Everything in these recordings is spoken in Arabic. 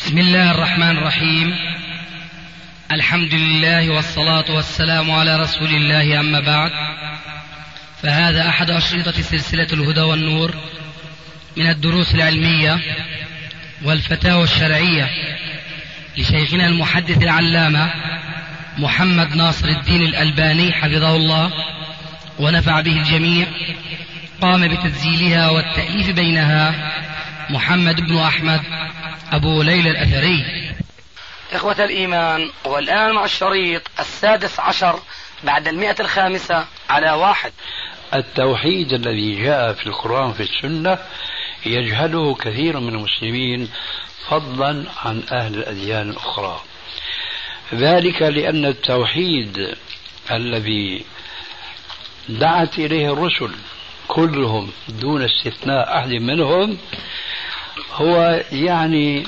بسم الله الرحمن الرحيم. الحمد لله والصلاة والسلام على رسول الله، أما بعد، فهذا أحد أشرطة سلسلة الهدى والنور من الدروس العلمية والفتاوى الشرعية لشيخنا المحدث العلامة محمد ناصر الدين الألباني حفظه الله ونفع به الجميع. قام بتسجيلها والتأليف بينها محمد بن أحمد أبو ليلى الأثري. إخوة الإيمان، والآن مع الشريط 16 بعد 105 على 1. التوحيد الذي جاء في القرآن في السنة يجهله كثير من المسلمين فضلا عن أهل الأديان الأخرى، ذلك لأن التوحيد الذي دعت إليه الرسل كلهم دون استثناء أحد منهم هو يعني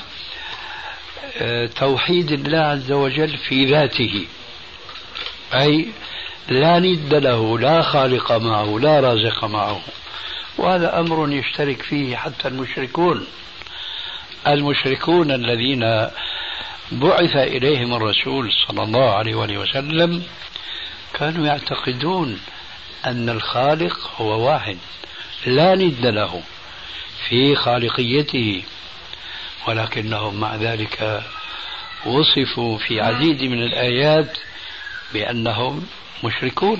توحيد الله عز وجل في ذاته، أي لا ند له، لا خالق معه، لا رازق معه. وهذا أمر يشترك فيه حتى المشركون الذين بعث إليهم الرسول صلى الله عليه وسلم كانوا يعتقدون أن الخالق هو واحد لا ند له في خالقيته، ولكنهم مع ذلك وصفوا في عديد من الآيات بأنهم مشركون،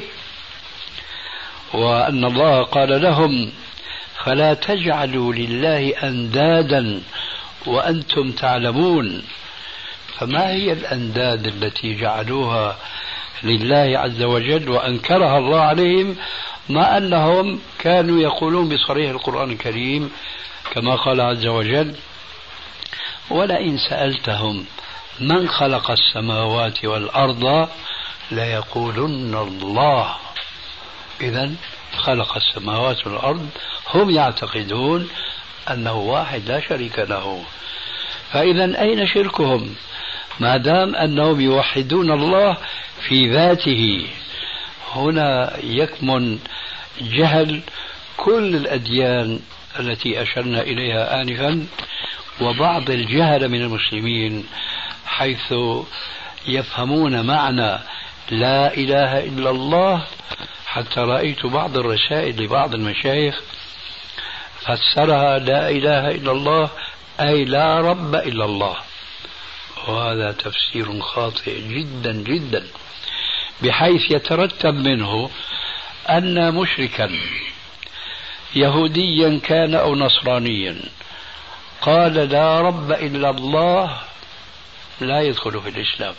وأن الله قال لهم: فلا تجعلوا لله أندادا وأنتم تعلمون. فما هي الأنداد التي جعلوها لله عز وجل وأنكرها الله عليهم، مع أنهم كانوا يقولون بصريح القرآن الكريم كما قال عز وجل: ولئن سألتهم من خلق السماوات والأرض ليقولن الله. إذن خلق السماوات والأرض، هم يعتقدون أنه واحد لا شريك له. فإذا أين شركهم ما دام أنهم يوحدون الله في ذاته؟ هنا يكمن جهل كل الأديان التي أشرنا إليها آنفا، وبعض الجهل من المسلمين، حيث يفهمون معنى لا إله إلا الله. حتى رأيت بعض الرسائل لبعض المشايخ فسرها لا إله إلا الله أي لا رب إلا الله، وهذا تفسير خاطئ جدا جدا، بحيث يترتب منه أن مشركا يهوديا كان أو نصرانيا قال لا رب إلا الله لا يدخل في الإسلام،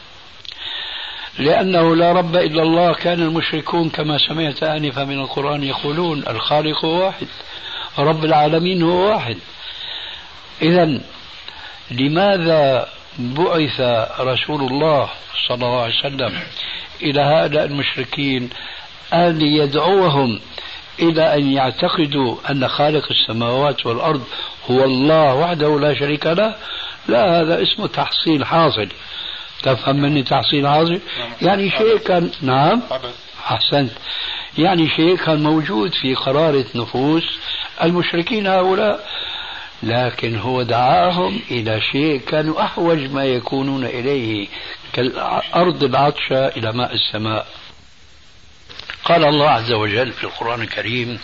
لأنه لا رب إلا الله. كان المشركون كما سمعت آنفا من القرآن يقولون الخالق هو واحد، رب العالمين هو واحد. إذن لماذا بعث رسول الله صلى الله عليه وسلم إلى هؤلاء المشركين أن يدعوهم إلى أن يعتقدوا أن خالق السماوات والأرض هو الله وحده لا شريك له؟ لا، هذا اسمه تحصيل حاصل. تفهم مني تحصيل حاصل؟ يعني شيء كان، نعم أحسنت، يعني شيء كان موجود في قرارة نفوس المشركين هؤلاء، لكن هو دعاهم إلى شيء كانوا أحوج ما يكونون إليه، كالأرض العطشة إلى ماء السماء. قال الله عز وجل في القرآن الكريم،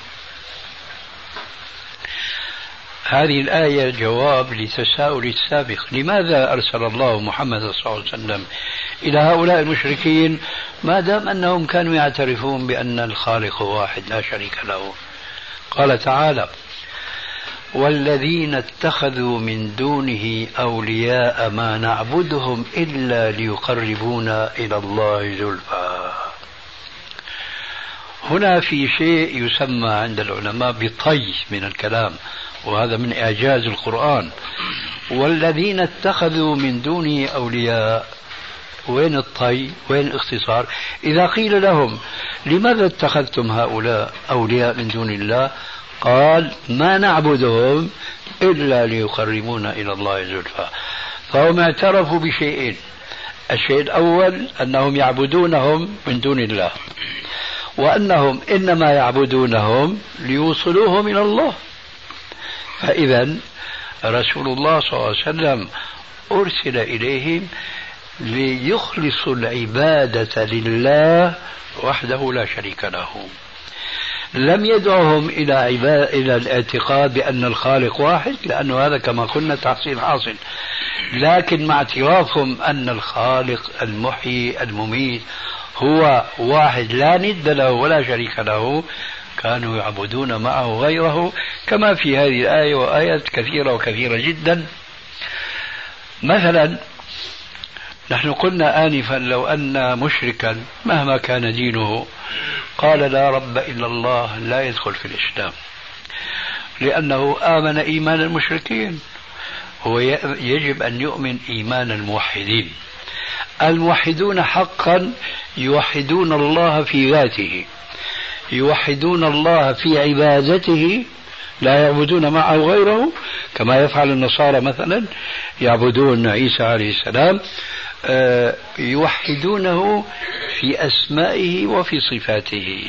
هذه الآية جواب لتساؤل السابق: لماذا أرسل الله محمد صلى الله عليه وسلم إلى هؤلاء المشركين ما دام أنهم كانوا يعترفون بأن الخالق واحد لا شريك له؟ قال تعالى: والذين اتخذوا من دونه أولياء ما نعبدهم إلا ليقربونا إلى الله زلفى. هنا في شيء يسمى عند العلماء بطي من الكلام، وهذا من إعجاز القرآن. والذين اتخذوا من دونه أولياء، وين الطي؟ وين الاختصار؟ إذا قيل لهم لماذا اتخذتم هؤلاء أولياء من دون الله؟ قال: ما نعبدهم إلا ليقربونا إلى الله زلفى. فهم اعترفوا بشيئين: الشيء الأول أنهم يعبدونهم من دون الله، وأنهم إنما يعبدونهم ليوصلوهم إلى الله. فإذا رسول الله صلى الله عليه وسلم أرسل إليهم ليخلصوا العبادة لله وحده لا شريك له. لم يدعهم إلى الاعتقاد بأن الخالق واحد، لأنه هذا كما قلنا تحصيل حاصل، لكن مع اعترافهم أن الخالق المحيي المميت هو واحد لا ند له ولا شريك له، كانوا يعبدون معه غيره، كما في هذه الآية وآيات كثيرة وكثيرة جدا. مثلا نحن قلنا آنفا لو أن مشركا مهما كان دينه قال لا رب إلا الله لا يدخل في الإسلام، لأنه آمن إيمان المشركين. هو يجب أن يؤمن إيمان الموحدين. الموحدون حقا يوحدون الله في ذاته، يوحدون الله في عبادته، لا يعبدون معه غيره كما يفعل النصارى مثلا، يعبدون عيسى عليه السلام، يوحدونه في أسمائه وفي صفاته.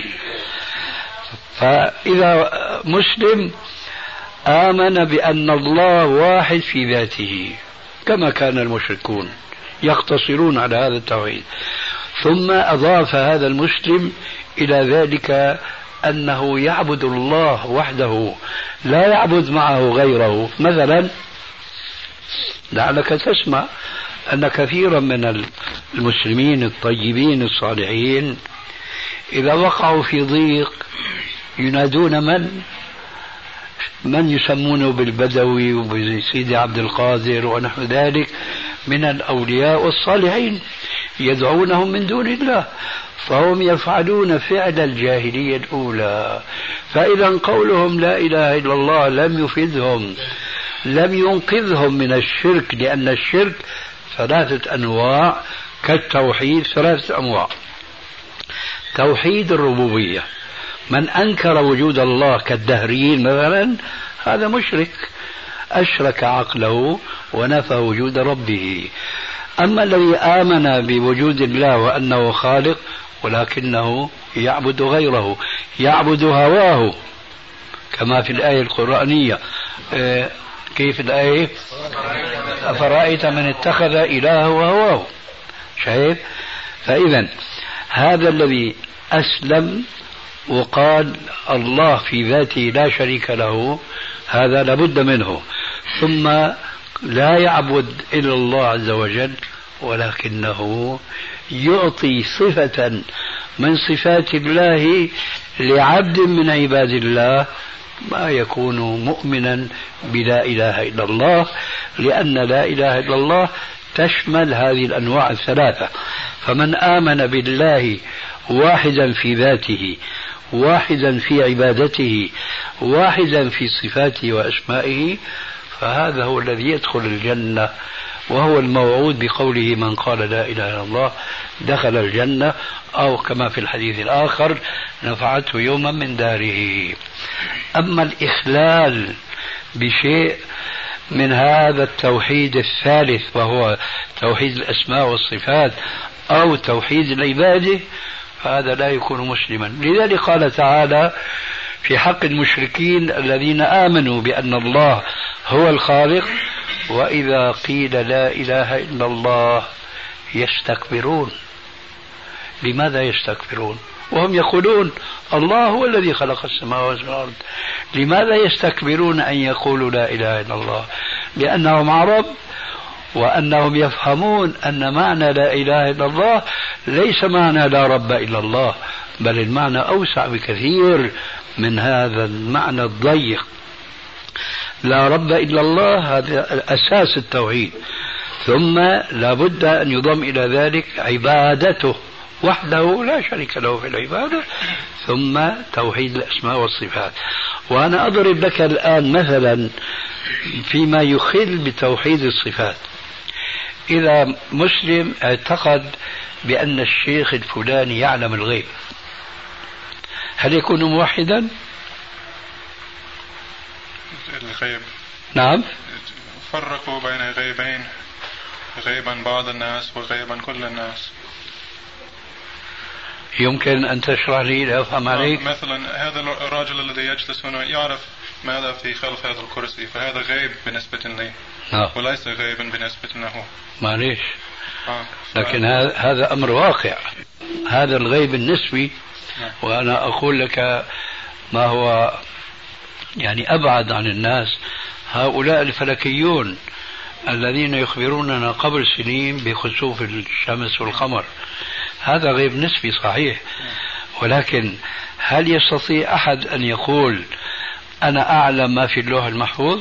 فإذا مسلم آمن بأن الله واحد في ذاته كما كان المشركون يقتصرون على هذا التوحيد، ثم أضاف هذا المسلم إلى ذلك أنه يعبد الله وحده لا يعبد معه غيره. مثلا لعلك تسمع أن كثيرا من المسلمين الطيبين الصالحين إذا وقعوا في ضيق ينادون من يسمونه بالبدوي وبسيدي عبد القادر ونحو ذلك من الأولياء والصالحين، يدعونهم من دون الله، فهم يفعلون فعل الجاهلية الأولى. فإذا قولهم لا إله إلا الله لم يفيدهم، لم ينقذهم من الشرك، لأن الشرك ثلاثة أنواع كالتوحيد. ثلاثة أنواع: توحيد الربوبية، من أنكر وجود الله كالدهريين مثلا هذا مشرك، أشرك عقله ونفى وجود ربه. أما الذي آمن بوجود الله وأنه خالق ولكنه يعبد غيره، يعبد هواه، كما في الآية القرآنية. كيف الآية؟ أفرأيت من اتخذ إلهه هواه. شايف؟ فإذا هذا الذي أسلم وقال الله في ذاته لا شريك له، هذا لابد منه، ثم لا يعبد إلا الله عز وجل، ولكنه يعطي صفة من صفات الله لعبد من عباد الله، ما يكون مؤمنا بلا إله إلا الله، لأن لا إله إلا الله تشمل هذه الأنواع الثلاثة. فمن آمن بالله واحدا في ذاته، واحدا في عبادته، واحدا في صفاته وأسمائه، فهذا هو الذي يدخل الجنة، وهو الموعود بقوله من قال لا إله إلا الله دخل الجنة، أو كما في الحديث الآخر نفعته يوما من داره. أما الإخلال بشيء من هذا التوحيد الثالث وهو توحيد الأسماء والصفات أو توحيد العبادة، فهذا لا يكون مسلما. لذلك قال تعالى في حق المشركين الذين آمنوا بأن الله هو الخالق: وإذا قيل لا إله إلا الله يستكبرون. لماذا يستكبرون وهم يقولون الله هو الذي خلق السماوات والأرض؟ لماذا يستكبرون أن يقولوا لا إله إلا الله؟ لأنهم عرب، وأنهم يفهمون أن معنى لا إله إلا الله ليس معنى لا رب إلا الله، بل المعنى أوسع بكثير من هذا المعنى الضيق. لا رب إلا الله هذا أساس التوحيد، ثم لا بد أن يضم إلى ذلك عبادته وحده لا شريك له في العبادة، ثم توحيد الأسماء والصفات. وأنا أضرب لك الآن مثلا فيما يخل بتوحيد الصفات. إذا مسلم اعتقد بأن الشيخ الفلاني يعلم الغيب، هل يكون موحدا؟ الغيب، نعم، فرقوا بين غيبين: غيبا بعض الناس وغيبا كل الناس. يمكن أن تشرح لي لأفهم عليك؟ مثلا هذا الرجل الذي يجلس هنا يعرف ماذا في خلف هذا الكرسي؟ فهذا غيب بالنسبة لي وليس غيبا بالنسبة له. معليش. لكن هذا أمر واقع، هذا الغيب النسبي. وأنا أقول لك ما هو يعني أبعد عن الناس، هؤلاء الفلكيون الذين يخبروننا قبل سنين بخسوف الشمس والقمر، هذا غيب نسبي صحيح، ولكن هل يستطيع أحد أن يقول أنا أعلم ما في اللوح المحفوظ؟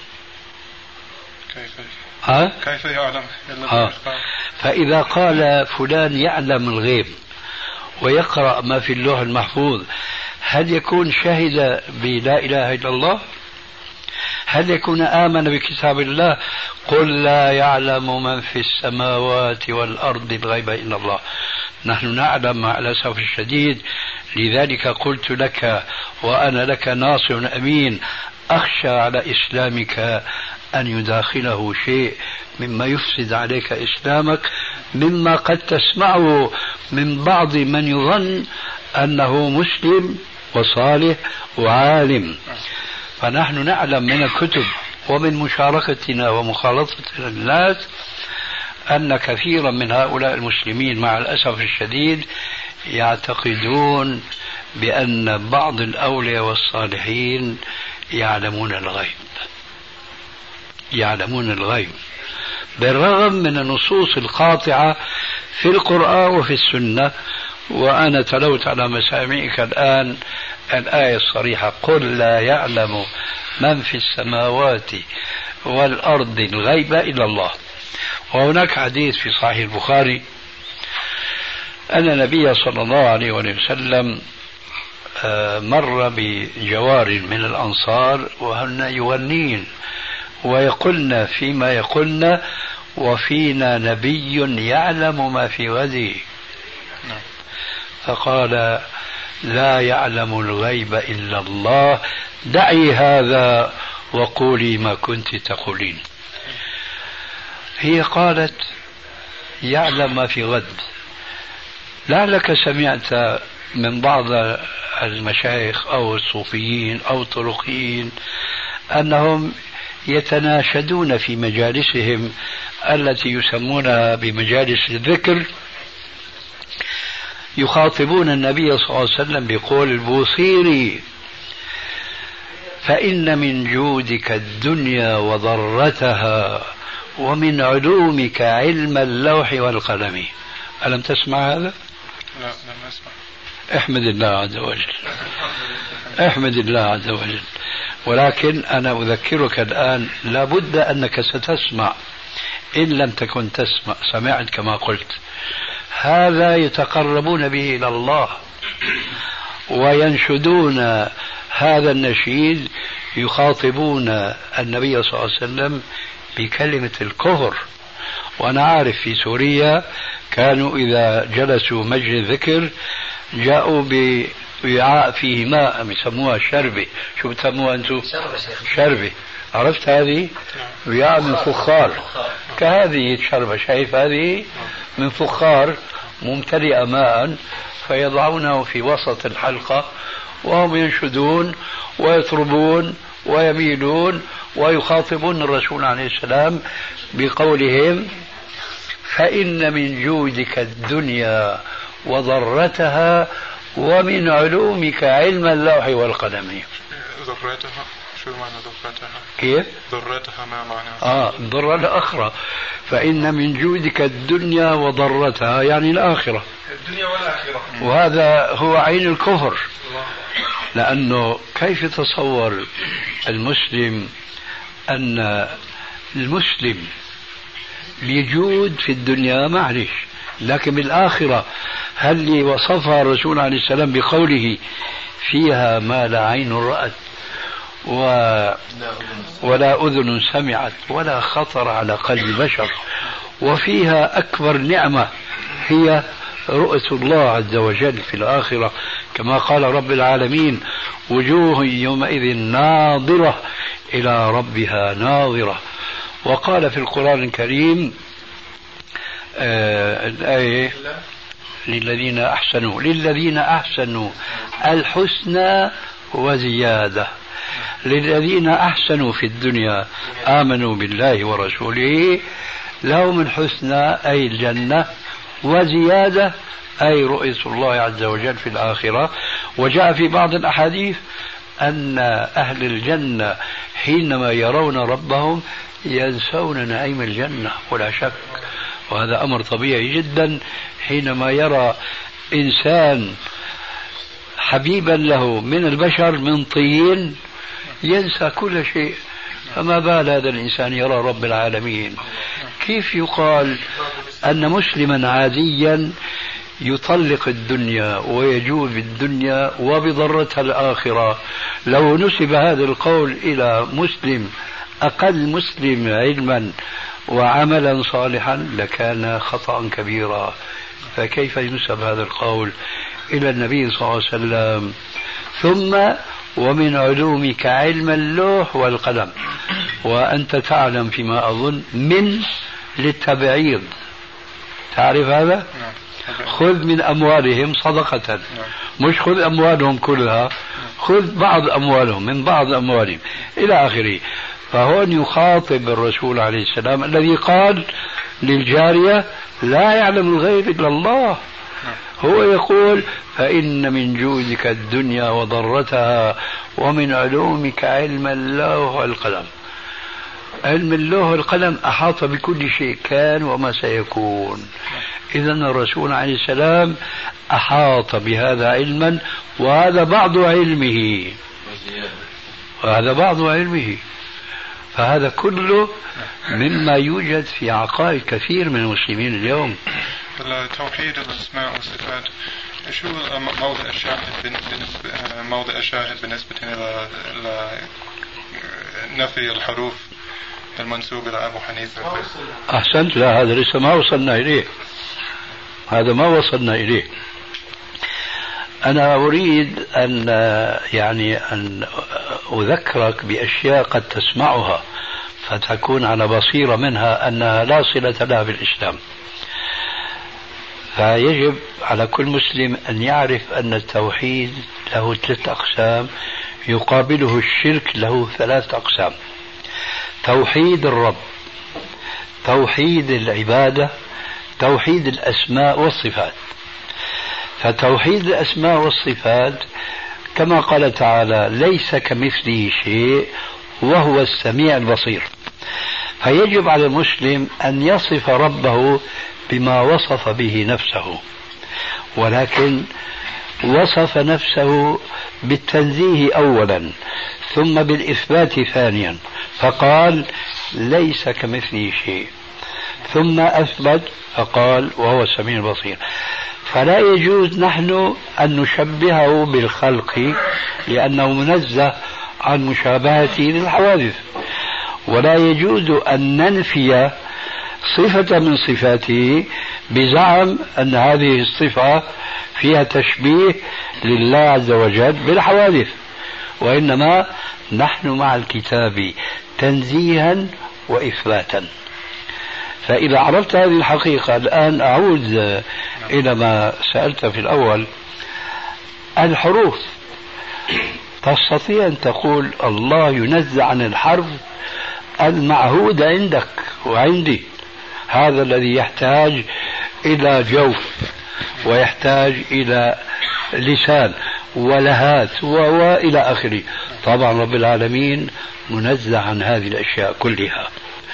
كيف يعلم؟ فإذا قال فلان يعلم الغيب ويقرأ ما في اللوح المحفوظ، هل يكون شهد بلا إله إلا الله؟ هل يكون آمن بكتاب الله؟ قل لا يعلم من في السماوات والأرض الغيب إلا الله. نحن نعلم مع الأسف الشديد، لذلك قلت لك وأنا لك ناصر أمين، أخشى على إسلامك أن يداخله شيء مما يفسد عليك إسلامك، مما قد تسمعه من بعض من يظن أنه مسلم وصالح وعالم. فنحن نعلم من الكتب ومن مشاركتنا ومخالطتنا الناس أن كثيرا من هؤلاء المسلمين مع الأسف الشديد يعتقدون بأن بعض الأولياء والصالحين يعلمون الغيب، يعلمون الغيب، بالرغم من النصوص القاطعة في القرآن وفي السنة. وأنا تلوت على مسامعك الآن الآية الصريحة: قل لا يعلم من في السماوات والأرض الغيب إلا الله. وهناك حديث في صحيح البخاري أن النبي صلى الله عليه وسلم مر بجوار من الأنصار وهن يغنين ويقولن فيما يقولن: وفينا نبي يعلم ما في غده. فقال: لا يعلم الغيب إلا الله، دعي هذا وقولي ما كنت تقولين. هي قالت: يعلم ما في غد. لعلك سمعت من بعض المشايخ أو الصوفيين أو الطرقيين أنهم يتناشدون في مجالسهم التي يسمونها بمجالس الذكر، يخاطبون النبي صلى الله عليه وسلم بقول البوصيري: فإن من جودك الدنيا وضرتها ومن علومك علم اللوح والقلم. ألم تسمع هذا؟ لا، لم أسمع. احمد الله عز وجل، احمد الله عز وجل. ولكن أنا أذكرك الآن لابد أنك ستسمع، إن لم تكن تسمع سمعت كما قلت. هذا يتقربون به إلى الله وينشدون هذا النشيد، يخاطبون النبي صلى الله عليه وسلم بكلمة الكفر. وأنا عارف في سوريا كانوا إذا جلسوا مجلس ذكر جاءوا بوعاء فيه ماء يسموها شربة. شو بتسموها أنتم؟ شربة. عرفت هذه؟ وعاء من فخار كهذه الشربة، شايف هذه من فخار ممتلئة ماء، فيضعونه في وسط الحلقة وهم ينشدون ويطربون ويميلون ويخاطبون الرسول عليه السلام بقولهم: فإن من جودك الدنيا وضرتها ومن علومك علم اللوح والقلم. ضرتها شو معنى ضرتها؟ كيف؟ ضرتها ما معنى؟ ضر الآخرة. فإن من جودك الدنيا وضرتها يعني الآخرة، الدنيا والآخرة. وهذا هو عين الكفر. لأنه كيف يتصور المسلم أن المسلم يجود في الدنيا معلش، لكن بالآخرة هل اللي وصفها الرسول عليه السلام بقوله: فيها ما لا عين رأت ولا أذن سمعت ولا خطر على قلب بشر، وفيها أكبر نعمة هي رؤية الله عز وجل في الآخرة، كما قال رب العالمين: وجوه يومئذ ناظرة إلى ربها ناظرة. وقال في القرآن الكريم الآية: للذين أحسنوا الحسنى وزيادة. للذين أحسنوا في الدنيا آمنوا بالله ورسوله لهم الحسنى أي الجنة وزيادة أي رؤية الله عز وجل في الآخرة. وجاء في بعض الأحاديث أن أهل الجنة حينما يرون ربهم ينسون نعيم الجنة ولا شك، وهذا أمر طبيعي جدا. حينما يرى إنسان حبيبا له من البشر من طين ينسى كل شيء، فما بال هذا الإنسان يرى رب العالمين؟ كيف يقال أن مسلما عاديا يطلق الدنيا ويجوز بالدنيا وبضرتها الآخرة؟ لو نسب هذا القول إلى مسلم أقل مسلم علما وعملا صالحا لكان خطأ كبيرا، فكيف ينسب هذا القول إلى النبي صلى الله عليه وسلم؟ ثم ومن علومك علم اللوح والقلم، وأنت تعلم فيما أظن من للتبعيض، تعرف هذا؟ خذ من أموالهم صدقة، مش خذ أموالهم كلها، خذ بعض أموالهم من بعض أموالهم إلى آخره. فهون يخاطب الرسول عليه السلام الذي قال للجارية لا يعلم الغيب إلا الله، هو يقول فإن من جودك الدنيا وضرتها ومن علومك علم اللوح والقلم. علم اللوح والقلم أحاط بكل شيء كان وما سيكون. إذن الرسول عليه السلام أحاط بهذا علما، وهذا بعض علمه، فهذا كله مما يوجد في عقائد كثير من المسلمين اليوم. توحيد الأسماء والصفات شو موضع الشاهد بالنسبة إلى نفي الحروف المنسوب إلى أبو حنيفة؟ أحسنت، لا هذا لسه ما وصلنا إليه، هذا ما وصلنا إليه. أنا أريد أن أذكرك بأشياء قد تسمعها فتكون على بصيرة منها أنها لا صلة لها بالإسلام. فيجب على كل مسلم أن يعرف أن التوحيد له 3 أقسام، يقابله الشرك له 3 أقسام: توحيد الرب، توحيد العبادة، توحيد الأسماء والصفات. فتوحيد الأسماء والصفات كما قال تعالى ليس كمثله شيء وهو السميع البصير، فيجب على المسلم أن يصف ربه بما وصف به نفسه، ولكن وصف نفسه بالتنزيه أولا ثم بالإثبات ثانيا، فقال ليس كمثله شيء، ثم أثبت فقال وهو السميع البصير. فلا يجوز نحن أن نشبهه بالخلق لأنه منزه عن مشابهته للحوادث، ولا يجوز أن ننفي صفة من صفاته بزعم أن هذه الصفة فيها تشبيه لله عز وجل بالحوادث، وإنما نحن مع الكتاب تنزيها وإثباتا. فإذا عرفت هذه الحقيقة، الآن أعود إلى ما سألت في الأول. الحروف تستطيع أن تقول الله ينزع عن الحرف المعهود عندك وعندي، هذا الذي يحتاج إلى جوف ويحتاج إلى لسان ولهات وإلى آخره. طبعا رب العالمين منزع عن هذه الأشياء كلها.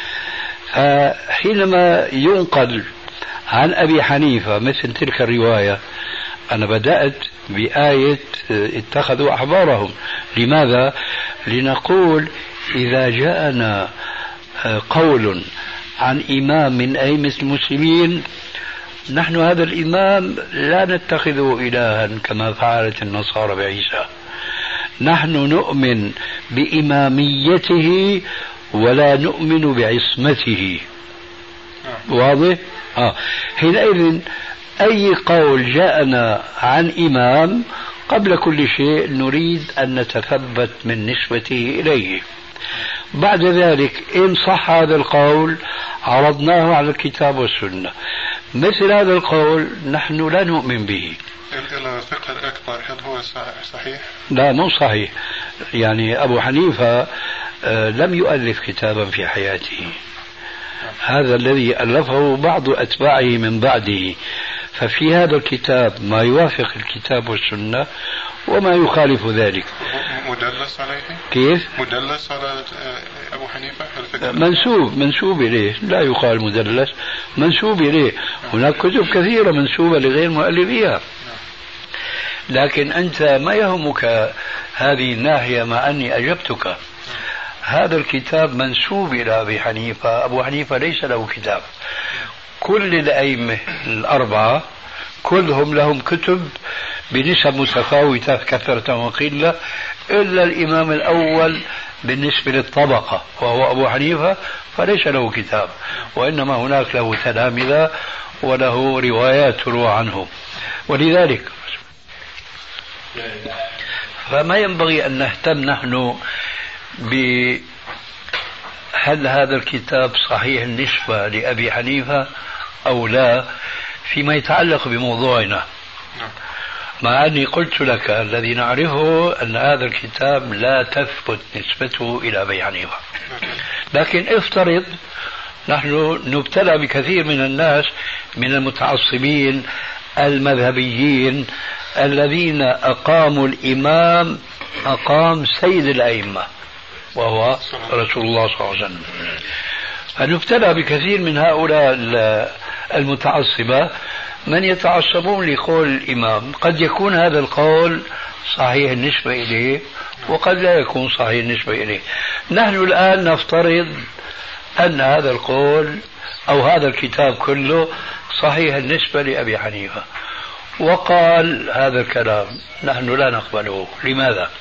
فحينما ينقل عن أبي حنيفة مثل تلك الرواية، أنا بدأت بآية اتخذوا أحبارهم. لماذا؟ لنقول إذا جاءنا قول عن إمام من أئمة المسلمين، نحن هذا الإمام لا نتخذه إلها كما فعلت النصارى بعيسى، نحن نؤمن بإماميته ولا نؤمن بعصمته. واضح؟ حينئذ أي قول جاءنا عن إمام قبل كل شيء نريد أن نتثبت من نسبته إليه. بعد ذلك إن صح هذا القول عرضناه على الكتاب والسنة، مثل هذا القول نحن لا نؤمن به. الفقه الأكبر هل هو صحيح؟ لا مو صحيح، يعني أبو حنيفة لم يؤلف كتابا في حياته، هذا الذي ألفه بعض أتباعه من بعده، ففي هذا الكتاب ما يوافق الكتاب والسنة وما يخالف ذلك. مدلس عليه؟ كيف؟ مدلس على أبو حنيفة؟ منسوب إليه، لا يقال مدلس، منسوب إليه. هناك كتب كثيرة منسوبة لغير مؤلفيها، لكن أنت ما يهمك هذه الناحية مع أني أجبتك. هذا الكتاب منسوب إلى أبي حنيفة، أبو حنيفة ليس له كتاب. كل الأئمة الأربعة كلهم لهم كتب بنسب متفاوتة كثرة وقلة، إلا الإمام الأول بالنسبة للطبقة وهو أبو حنيفة فليس له كتاب، وإنما هناك له تلامذة وله روايات تروى عنه. ولذلك فما ينبغي أن نهتم نحن هل هذا الكتاب صحيح النسبة لأبي حنيفة أو لا فيما يتعلق بموضوعنا، مع أني قلت لك الذي نعرفه أن هذا الكتاب لا تثبت نسبته إلى أبي حنيفة. لكن افترض نحن نبتلى بكثير من الناس من المتعصبين المذهبيين الذين أقاموا الإمام أقام سيد الأئمة وهو رسول الله صلى الله عليه وسلم، فنبتلى بكثير من هؤلاء المتعصبة من يتعصبون لقول الإمام. قد يكون هذا القول صحيح النسبة إليه وقد لا يكون صحيح النسبة إليه. نحن الآن نفترض أن هذا القول أو هذا الكتاب كله صحيح النسبة لأبي حنيفة، وقال هذا الكلام، نحن لا نقبله. لماذا؟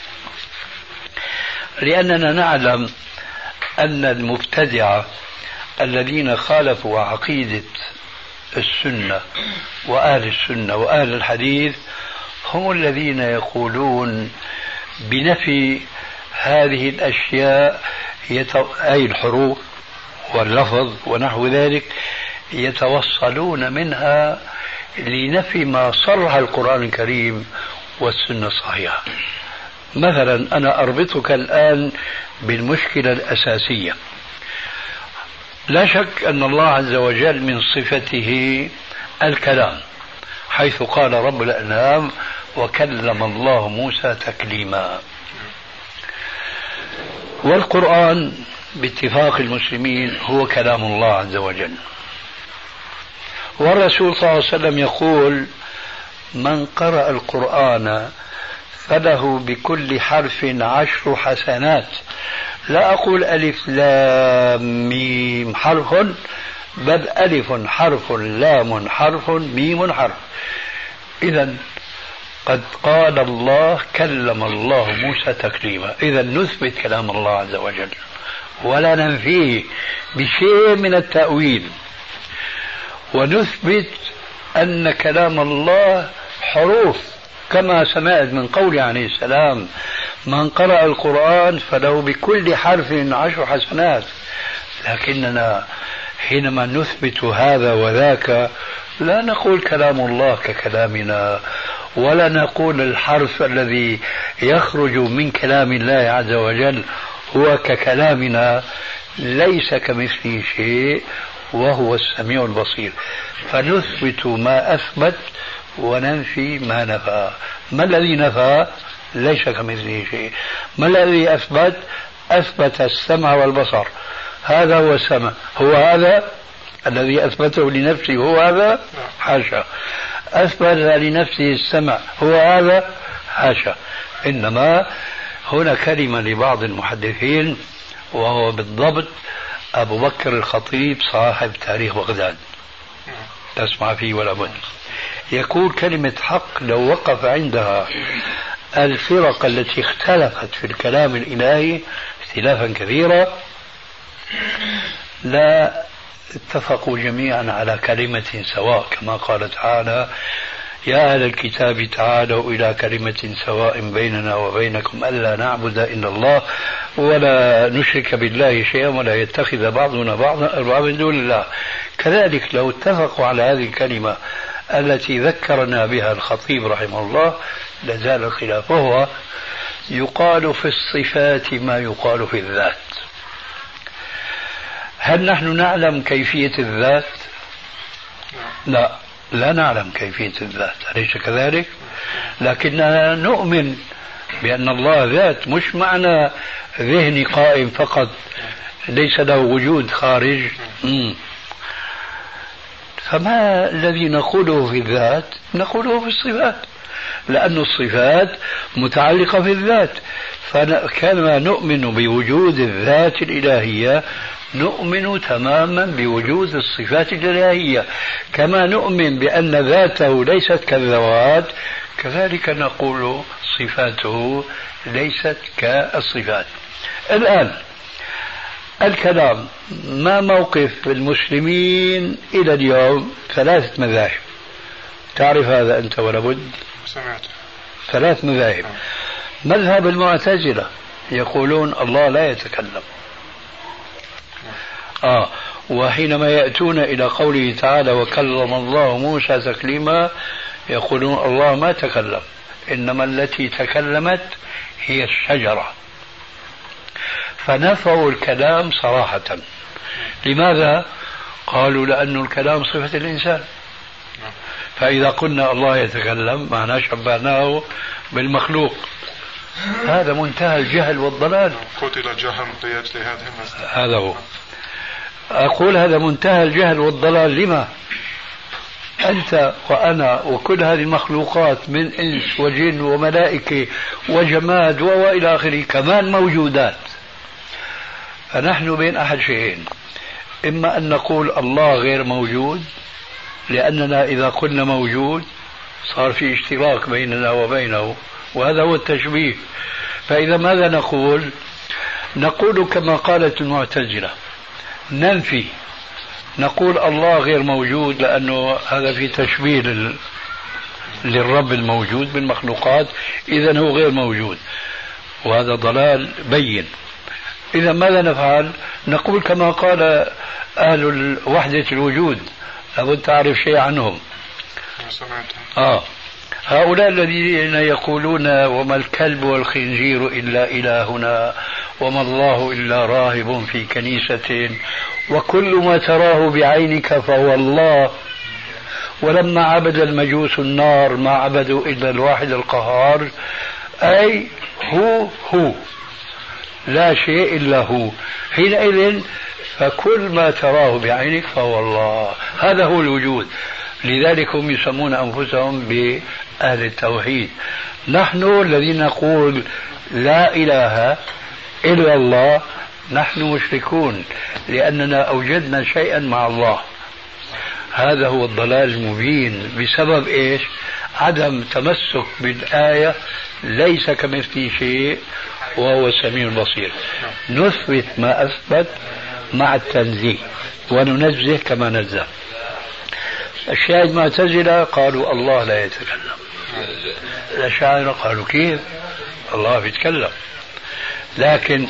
لأننا نعلم أن المبتدعة الذين خالفوا عقيدة السنة وأهل السنة وأهل الحديث هم الذين يقولون بنفي هذه الأشياء، أي الحروف واللفظ ونحو ذلك، يتوصلون منها لنفي ما صرح القرآن الكريم والسنة الصحيحة. مثلا أنا أربطك الآن بالمشكلة الأساسية. لا شك أن الله عز وجل من صفته الكلام، حيث قال رب الأنعام وكلم الله موسى تكليما. والقرآن باتفاق المسلمين هو كلام الله عز وجل. والرسول صلى الله عليه وسلم يقول من قرأ القرآن فله بكل حرف 10 حسنات. لا أقول ألف لام ميم حرف، بل ألف حرف لام حرف ميم حرف. إذن قد قال الله كلم الله موسى تكليما. إذن نثبت كلام الله عز وجل ولا ننفيه بشيء من التأويل، ونثبت أن كلام الله حروف كما سمعت من قول عليه السلام من قرأ القرآن فله بكل حرف 10 حسنات. لكننا حينما نثبت هذا وذاك لا نقول كلام الله ككلامنا، ولا نقول الحرف الذي يخرج من كلام الله عز وجل هو ككلامنا، ليس كمثله شيء وهو السميع البصير. فنثبت ما أثبت وننفي ما نفى. ما الذي نفى؟ ليس كمثله شيء. ما الذي أثبت؟ أثبت السمع والبصر. هذا هو السمع، هو هذا الذي أثبته لنفسه، هو هذا؟ حاشا. أثبت لنفسه السمع، هو هذا؟ حاشا. إنما هنا كلمة لبعض المحدثين وهو بالضبط أبو بكر الخطيب صاحب تاريخ بغداد، تسمع فيه ولا بد، يقول كلمة حق لو وقف عندها الفرق التي اختلفت في الكلام الإلهي اختلافا كثيرا لا اتفقوا جميعا على كلمة سواء، كما قال تعالى يا أهل الكتاب تعالوا إلى كلمة سواء بيننا وبينكم ألا نعبد إلا الله ولا نشرك بالله شيئا ولا يتخذ بعضنا بعضا أربابا من دون الله. كذلك لو اتفقوا على هذه الكلمة التي ذكرنا بها الخطيب رحمه الله لزال الخلاف. وهو يقال في الصفات ما يقال في الذات. هل نحن نعلم كيفية الذات؟ لا نعلم كيفية الذات، أليس كذلك؟ لكننا نؤمن بأن الله ذات، مش معنى ذهني قائم فقط ليس له وجود خارج. فما الذي نقوله في الذات نقوله في الصفات، لأن الصفات متعلقة في الذات. فكما نؤمن بوجود الذات الإلهية نؤمن تماما بوجود الصفات الإلهية، كما نؤمن بأن ذاته ليست كالذوات كذلك نقول صفاته ليست كالصفات. الآن الكلام، ما موقف المسلمين إلى اليوم؟ 3 مذاهب، تعرف هذا أنت ولا بد؟ سمعت 3 مذاهب. مذهب المعتزلة يقولون الله لا يتكلم. وحينما يأتون إلى قوله تعالى وكلم الله موسى تكليما يقولون الله ما تكلم، إنما التي تكلمت هي الشجرة. فنفوا الكلام صراحة. لماذا؟ قالوا لأن الكلام صفة الإنسان، فإذا قلنا الله يتكلم معناه شبهناه بالمخلوق. هذا منتهى الجهل والضلال. قتل جهم لأجل هذه المسألة. هذا هو. أقول هذا منتهى الجهل والضلال. لما؟ أنت وأنا وكل هذه المخلوقات من إنس وجن وملائكة وجماد وإلى آخره كمان موجودات. فنحن بين أحد شيئين، إما أن نقول الله غير موجود، لأننا إذا قلنا موجود صار في اشتراك بيننا وبينه، وهذا هو التشبيه. فإذا ماذا نقول؟ نقول كما قالت المعتزلة، ننفي، نقول الله غير موجود لأنه هذا في تشبيه للرب الموجود بالمخلوقات، إذن هو غير موجود، وهذا ضلال بين. إذا ماذا نفعل؟ نقول كما قال أهل وحدة الوجود، لابد تعرف شيء عنهم. هؤلاء الذين يقولون وما الكلب والخنزير إلا إلهنا وما الله إلا راهب في كنيسة وكل ما تراه بعينك فهو الله، ولما عبد المجوس النار ما عبدوا إلا الواحد القهار، أي هو لا شيء إلا هو، حينئذ فكل ما تراه بعينك فهو الله. هذا هو الوجود. لذلك هم يسمون أنفسهم بأهل التوحيد. نحن الذين نقول لا إله إلا الله نحن مشركون، لأننا أوجدنا شيئا مع الله. هذا هو الضلال المبين. بسبب إيش؟ عدم تمسك بالآية ليس كمثله شيء وهو السميع البصير. نثبت ما أثبت مع التنزيه وننزه كما نزه. الشاهد معتزلة قالوا الله لا يتكلم، الأشاعرة قالوا كيف الله بيتكلم، لكن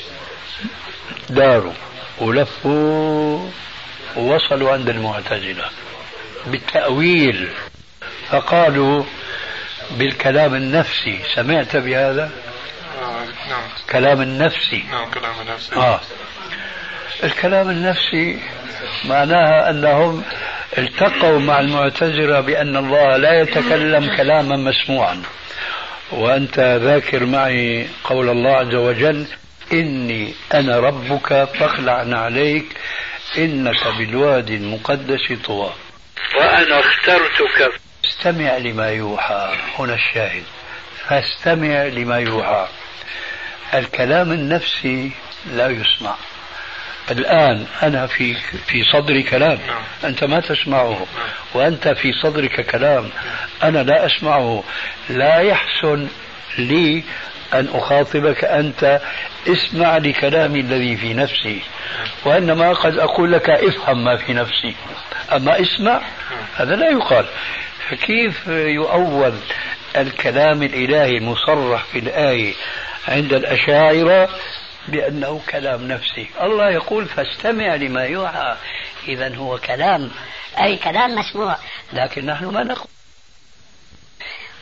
داروا ولفوا ووصلوا عند المعتزلة بالتأويل، فقالوا بالكلام النفسي. سمعت بهذا؟ نعم. كلام النفسي. نعم كلام النفسي. الكلام النفسي معناها أنهم التقوا مع المعتزلة بأن الله لا يتكلم كلاما مسموعا. وأنت ذاكر معي قول الله عز وجل إني أنا ربك فاخلع عليك إنك بالوادي المقدس طوى وأنا اخترتك فاستمع لما يوحى. هنا الشاهد، فاستمع لما يوحى. الكلام النفسي لا يسمع. الآن أنا في صدري كلام أنت ما تسمعه، وأنت في صدرك كلام أنا لا أسمعه. لا يحسن لي أن أخاطبك أنت اسمع لكلامي الذي في نفسي، وإنما قد أقول لك افهم ما في نفسي، أما اسمع هذا لا يقال. فكيف يؤول الكلام الإلهي المصرح في الآية عند الأشاعرة بأنه كلام نفسي؟ الله يقول فاستمع لما يوحى، إذن هو كلام، أي كلام مسموع، لكن نحن ما نقول.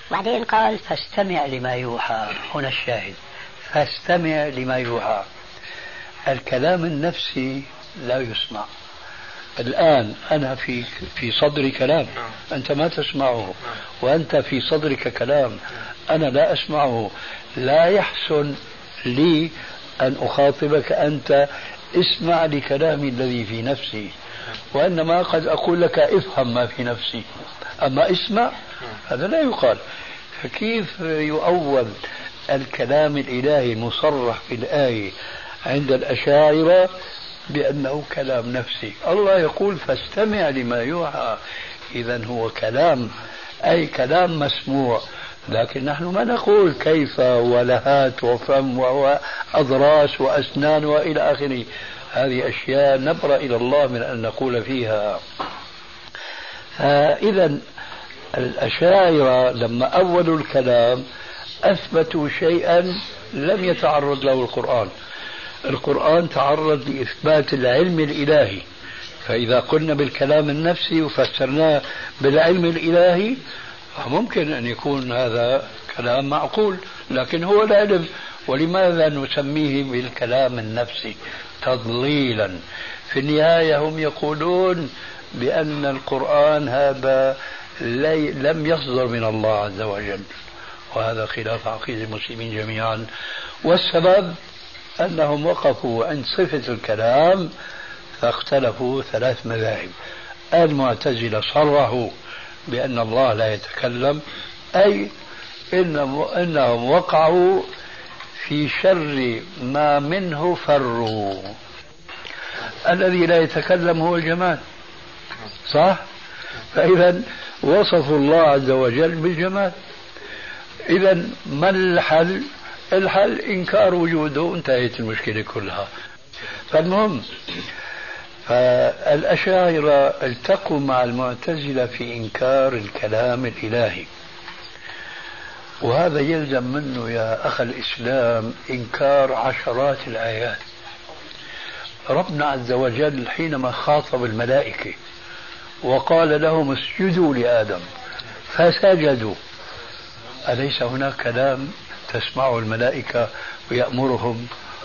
وبعدين قال فاستمع لما يوحى. هنا الشاهد، فاستمع لما يوحى. الكلام النفسي لا يسمع. الآن أنا في صدري كلام أنت ما تسمعه، وأنت في صدرك كلام أنا لا أسمعه. لا يحسن لي أن أخاطبك أنت اسمع لكلامي الذي في نفسي، وإنما قد أقول لك افهم ما في نفسي، أما اسمع هذا لا يقال. فكيف يؤول الكلام الإلهي المصرح في الآية عند الأشاعرة بأنه كلام نفسي؟ الله يقول فاستمع لما يوحى، إذن هو كلام، أي كلام مسموع. لكن نحن ما نقول كيف ولهات وفم وأضراس وأسنان وإلى آخره. هذه أشياء نبرأ إلى الله من أن نقول فيها. فإذا الأشاعرة لما أولوا الكلام أثبتوا شيئا لم يتعرض له القرآن. القرآن تعرض لإثبات العلم الإلهي، فإذا قلنا بالكلام النفسي وفسرناه بالعلم الإلهي ممكن أن يكون هذا كلام معقول، لكن هو العلم. ولماذا نسميه بالكلام النفسي؟ تضليلا. في النهاية هم يقولون بأن القرآن هذا لم يصدر من الله عز وجل، وهذا خلاف عقيدة المسلمين جميعا. والسبب أنهم وقفوا عند صفة الكلام فاختلفوا 3 مذاهب. المعتزلة صرحوا بأن الله لا يتكلم، أي إنهم وقعوا في شر ما منه فروا. الذي لا يتكلم هو الجمال، صح؟ فإذا وصفوا الله عز وجل بالجمال. إذا ما الحل؟ الحل إنكار وجوده، انتهت المشكلة كلها. فالمهم فالأشاعرة التقوا مع المعتزلة في إنكار الكلام الإلهي، وهذا يلزم منه يا أخ الإسلام إنكار عشرات الآيات. ربنا عز وجل حينما خاطب الملائكة وقال لهم اسجدوا لآدم فسجدوا، أليس هناك كلام تسمعه الملائكة ويأمرهم؟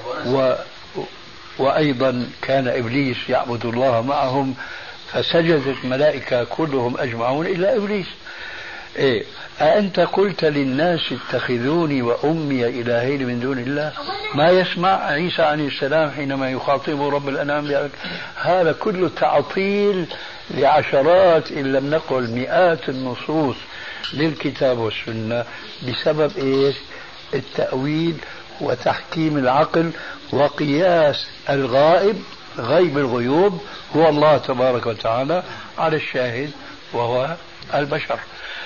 وأيضا كان إبليس يعبد الله معهم فسجدت الملائكة كلهم أجمعون إلا إبليس. إيه؟ أأنت قلت للناس اتخذوني وأمي إلهين من دون الله؟ ما يسمع عيسى عليه السلام حينما يخاطبه رب الأنام؟ هذا كله تعطيل لعشرات إن لم نقل مئات النصوص للكتاب والسنة بسبب إيش؟ التأويل وتحكيم العقل وقياس الغائب، غيب الغيوب هو الله تبارك وتعالى، على الشاهد وهو البشر.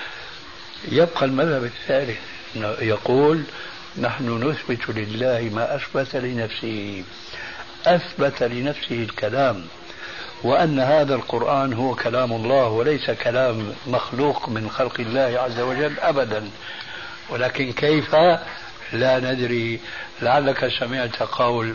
يبقى المذهب الثالث يقول نحن نثبت لله ما أثبت لنفسه، أثبت لنفسه الكلام، وأن هذا القرآن هو كلام الله وليس كلام مخلوق من خلق الله عز وجل أبدا. ولكن كيف لا ندري. لعلك سمعت قول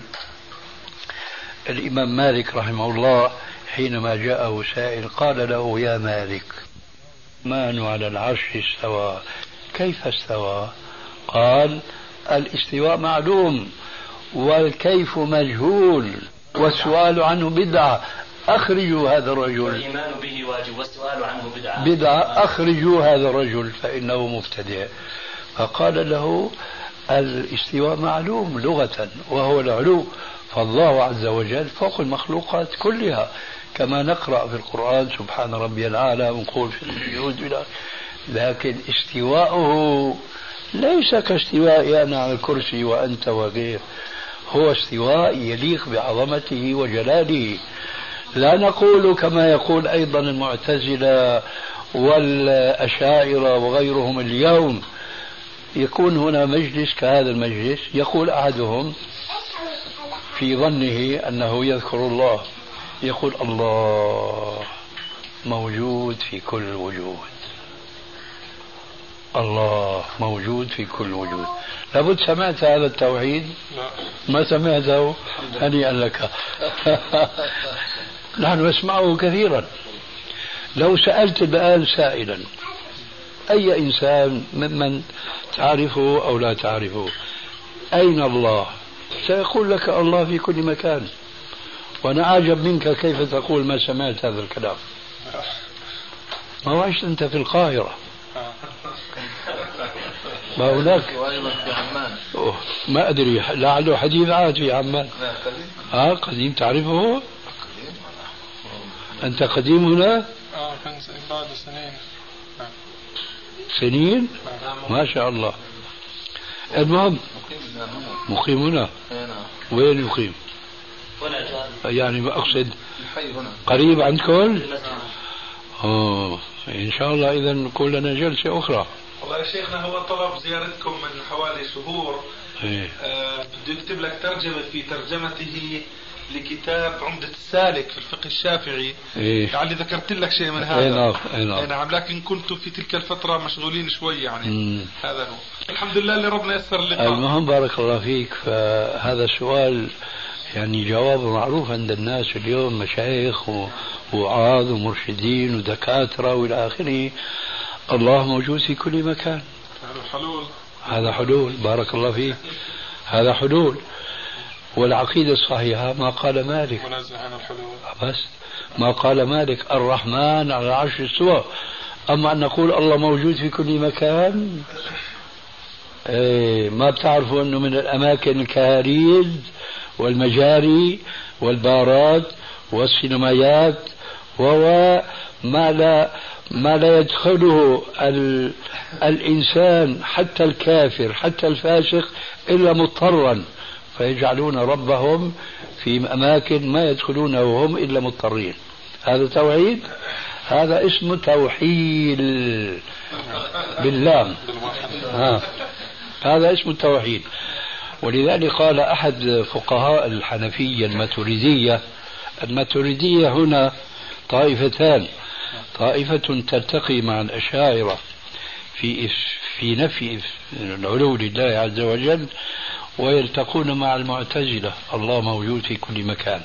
الإمام مالك رحمه الله حينما جاءه سائل قال له يا مالك من على العرش استوى، كيف استوى؟ قال الاستواء معلوم والكيف مجهول والسؤال عنه بدعة، أخرجوا هذا الرجل، والإيمان به واجب والسؤال عنه بدعة، أخرجوا هذا الرجل فإنه مبتدع. فقال له الاستواء معلوم لغة وهو العلو، فالله عز وجل فوق المخلوقات كلها، كما نقرأ في القرآن سبحان ربي الأعلى ونقول في السجود، لكن استواءه ليس كاستواء أنا على الكرسي وأنت وغير، هو استواء يليق بعظمته وجلاله. لا نقول كما يقول أيضا المعتزلة والأشاعرة وغيرهم اليوم. يكون هنا مجلس كهذا المجلس، يقول أحدهم في ظنه أنه يذكر الله، يقول الله موجود في كل وجود، الله موجود في كل وجود. لابد سمعت هذا التوحيد؟ ما سمعته؟ هنيئا لك. نحن نسمعه كثيرا. لو سألت الآن سائلا أي إنسان ممن تعرفه أو لا تعرفه، أين الله؟ سيقول لك الله في كل مكان. وأنا أعجب منك كيف تقول ما سمعت هذا الكلام. ما هو عشت أنت في القاهرة، ما هناك ما أدري، لعله حديث عاد في عمان. قديم تعرفه؟ أنت قديم هنا؟ كان بعد سنين ما شاء الله. المهم مقيم هنا. وين يقيم؟ يعني ما أقصد قريب عندكم؟ إن شاء الله إذا نكون لنا جلسة أخرى. والله يا شيخنا هو طلب زيارتكم من حوالي شهور. بده يكتب لك ترجمة في ترجمته لكتاب عمدة السالك في الفقه الشافعي. يعني ذكرت لك شيء من هذا. نعم، لكن كنت في تلك الفترة مشغولين شوي يعني. هذا هو. الحمد لله اللي ربنا يسر اللقاء. المهم بارك الله فيك. فهذا السؤال يعني جوابه معروف عند الناس اليوم، مشايخ ووعاظ ومرشدين ودكاترة وإلى آخره. الله موجود في كل مكان. هذا حلول. بارك الله فيك. هذا حلول. والعقيدة الصحيحة ما قال مالك، بس ما قال مالك الرحمن على العرش استوى. أما أن نقول الله موجود في كل مكان، ما بتعرفوا أنه من الأماكن الكهاريز والمجاري والبارات والسينمايات وهو ما لا يدخله الإنسان حتى الكافر حتى الفاسق إلا مضطرا، فيجعلون ربهم في أماكن ما يدخلونه هم إلا مضطرين. هذا توحيد. هذا اسمه توحيد بالله. هذا اسمه التوحيد. ولذلك قال أحد فقهاء الحنفية الماتريدية هنا طائفتان، طائفة تلتقي مع الأشاعرة في نفي العلو لله عز وجل، ويلتقون مع المعتزلة الله موجود في كل مكان،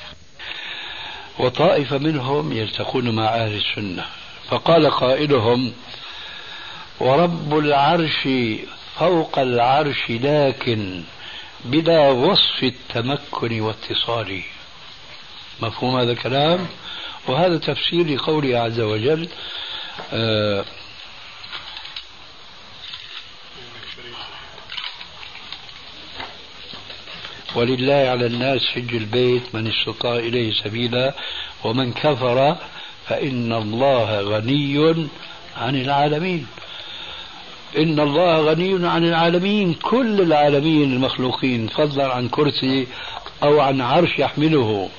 وطائفة منهم يلتقون مع أهل السنة. فقال قائلهم: ورب العرش فوق العرش لكن بلا وصف التمكن واتصاله. مفهوم هذا الكلام؟ وهذا تفسير لقوله عز وجل: ولله على الناس حج البيت من استطاع إليه سبيلا ومن كفر فإن الله غني عن العالمين. إن الله غني عن العالمين، كل العالمين المخلوقين، فضلا عن كرسي أو عن عرش يحمله.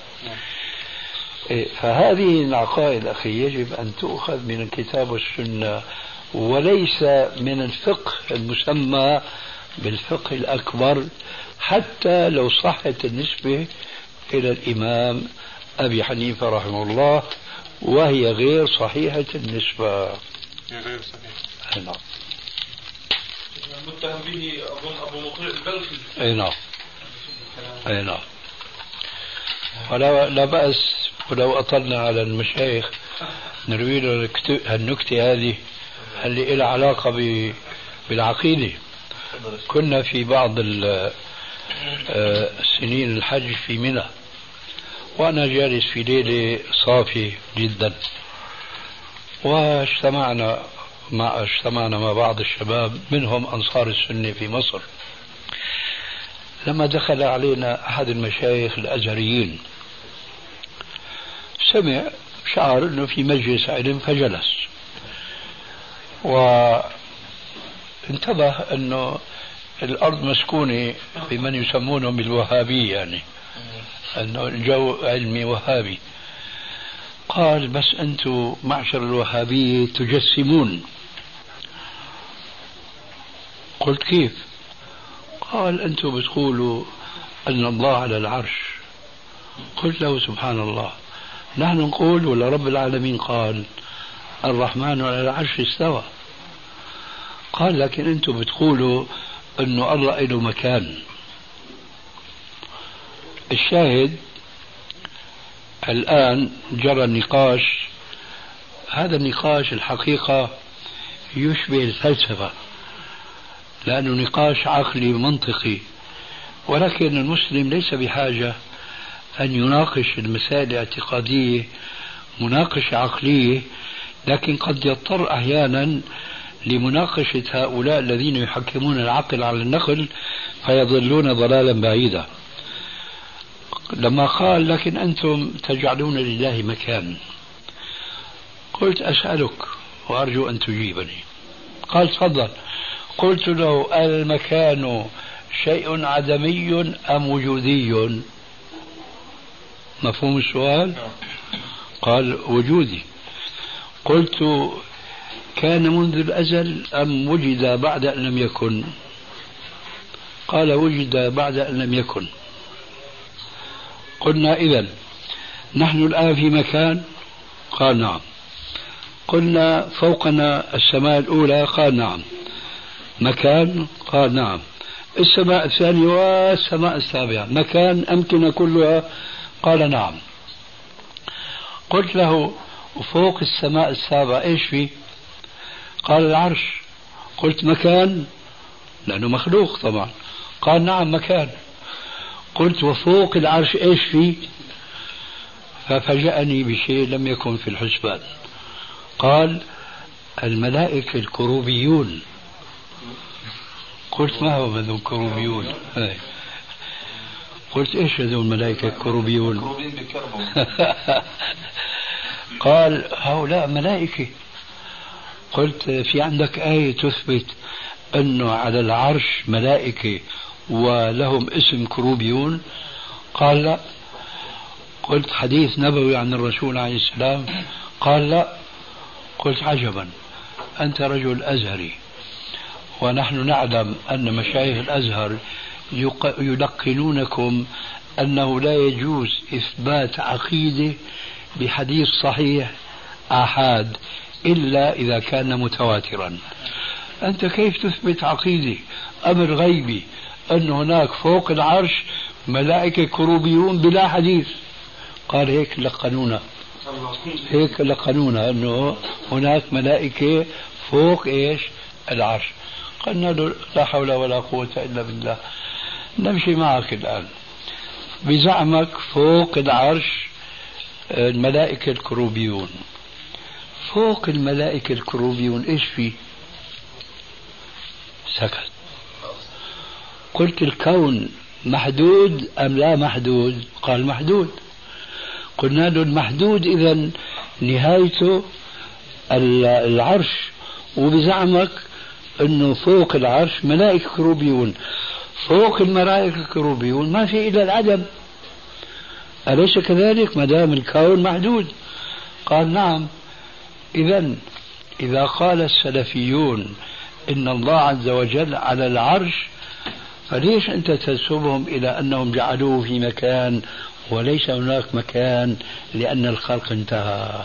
فهذه العقائد أخي يجب أن تؤخذ من الكتاب والسنة، وليس من الفقه المسمى بالفقه الأكبر، حتى لو صحت النسبة إلى الإمام أبي حنيفة رحمه الله، وهي غير صحيحة النسبة. غير صحيح. نعم. المتهم به أظن أبو مطيع البلخي. نعم. نعم. ولا بأس ولو أطلنا على المشايخ نروي له النكتة هذه اللي لها علاقة بالعقيدة. كنا في بعض سنين الحج في منى، وأنا جالس في ليلة صافي جدا، واجتمعنا مع بعض الشباب منهم أنصار السنة في مصر. لما دخل علينا أحد المشايخ الأزهريين سمع شعر أنه في مجلس علم فجلس، وانتبه أنه الأرض مسكونة بمن يسمونهم بالوهابية، يعني أنه الجو علمي وهابي. قال: بس أنتم معشر الوهابية تجسمون. قلت: كيف؟ قال: أنتم بتقولوا أن الله على العرش. قلت له: سبحان الله، نحن نقول ولا رب العالمين قال الرحمن على العرش استوى. قال: لكن أنتم بتقولوا أنه الله له مكان. الشاهد الآن جرى النقاش. هذا النقاش الحقيقة يشبه الفلسفة، لأنه نقاش عقلي منطقي، ولكن المسلم ليس بحاجة أن يناقش المسائل الاعتقادية مناقشة عقلية، لكن قد يضطر أحيانا لمناقشة هؤلاء الذين يحكمون العقل على النقل فيضلون ضلالا بعيدا. لما قال لكن أنتم تجعلون لله مكان، قلت أسألك وأرجو أن تجيبني. قال تفضل. قلت له المكان شيء عدمي أم وجودي؟ مفهوم السؤال؟ قال وجودي. قلت كان منذ الأزل أم وجد بعد أن لم يكن؟ قال وجد بعد أن لم يكن. قلنا إذن نحن الآن في مكان؟ قال نعم. قلنا فوقنا السماء الأولى؟ قال نعم. مكان؟ قال نعم. السماء الثانية والسماء السابعة مكان أمكنة كلها؟ قال نعم. قلت له فوق السماء السابعة إيش فيه؟ قال العرش. قلت مكان؟ لأنه مخلوق طبعا. قال نعم مكان. قلت وفوق العرش إيش فيه؟ ففاجأني بشيء لم يكن في الحسبان. قال الملائكة الكروبيون. قلت ما هو هذول الكروبيون؟ قلت ايش هذول الملائكة الكروبيون؟ قال هؤلاء ملائكة. قلت في عندك آية تثبت أنه على العرش ملائكة ولهم اسم كروبيون؟ قال لا. قلت حديث نبوي عن الرسول عليه السلام؟ قال لا. قلت عجبا، أنت رجل أزهري ونحن نعلم أن مشايخ الأزهر يلقنونكم أنه لا يجوز إثبات عقيدة بحديث صحيح آحاد إلا إذا كان متواترا. أنت كيف تثبت عقيدة أمر غيبي أن هناك فوق العرش ملائكة كروبيون بلا حديث؟ قال هيك لقنونا، هيك لقنونا أنه هناك ملائكة فوق إيش؟ العرش. قلنا له لا حول ولا قوة إلا بالله. نمشي معك الآن بزعمك فوق العرش الملائكة الكروبيون. فوق الملائكة الكروبيون إيش فيه؟ سكت. قلت الكون محدود أم لا محدود؟ قال محدود. قلنا له المحدود إذن نهايته العرش، وبزعمك أنه فوق العرش ملائكة كروبيون. فوق الملائكة الكروبيون ما في إلا العدم، أليس كذلك ما دام الكون محدود؟ قال نعم. إذن إذا قال السلفيون إن الله عز وجل على العرش، فليش أنت تنسبهم إلى أنهم جعلوه في مكان وليس هناك مكان لأن الخلق انتهى؟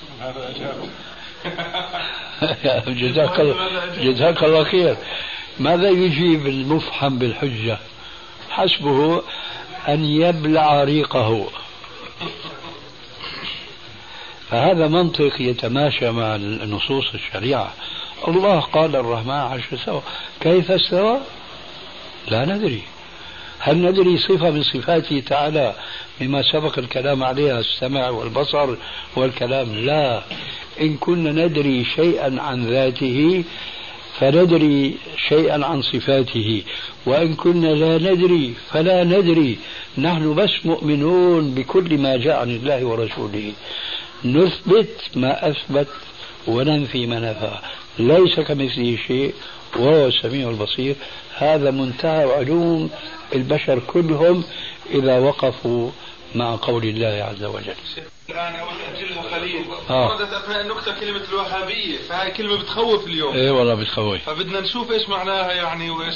جزاك الله خير. ماذا يجيب المفحم بالحجة؟ حسبه أن يبلع ريقه. فهذا منطق يتماشى مع نصوص الشريعة. الله قال الرحمن عرش استوى، كيف استوى؟ لا ندري. هل ندري صفة من صفاته تعالى مما سبق الكلام عليها، السمع والبصر والكلام؟ لا. إن كنا ندري شيئا عن ذاته فندري شيئا عن صفاته، وإن كنا لا ندري فلا ندري. نحن بس مؤمنون بكل ما جاء عن الله ورسوله، نثبت ما أثبت وننفي ما نفى. ليس كمثله شيء وهو السميع البصير. هذا منتهى علوم البشر كلهم إذا وقفوا مع قول الله عز وجل. الآن أول أجلها قليل وردت أثناء النكتة كلمة الوهابية، فهي كلمة بتخوف اليوم. إيه والله بتخوف. فبدنا نشوف إيش معناها يعني وإيش.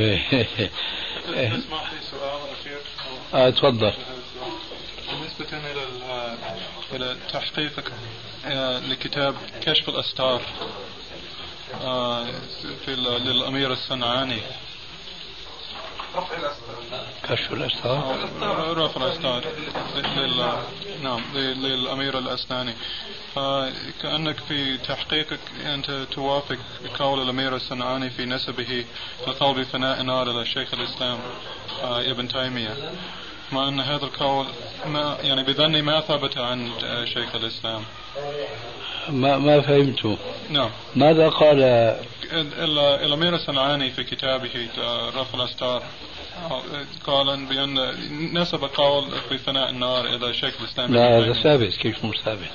اسمع في سؤال أخير. تفضل. بالنسبة إلى تحقيقك لكتاب كشف الأستار للأمير الصنعاني، رفع الأستار. كشف الأستار. رفع الأستار نعم للأمير الأسناني. فكأنك في تحقيقك أنت توافق قول الأمير الصنعاني في نسبه القول بفناء النار إلى شيخ الإسلام ابن تيمية، مع أن هذا القول ما يعني بظني ما ثبت عن شيخ الإسلام. ما فهمته. نعم. ماذا قال الأمير الصنعاني في كتابه رفع الأستار؟ قال بأن نسب قول بفناء النار إلى شيخ الإسلام. لا هذا ثابت. كيف مش ثابت؟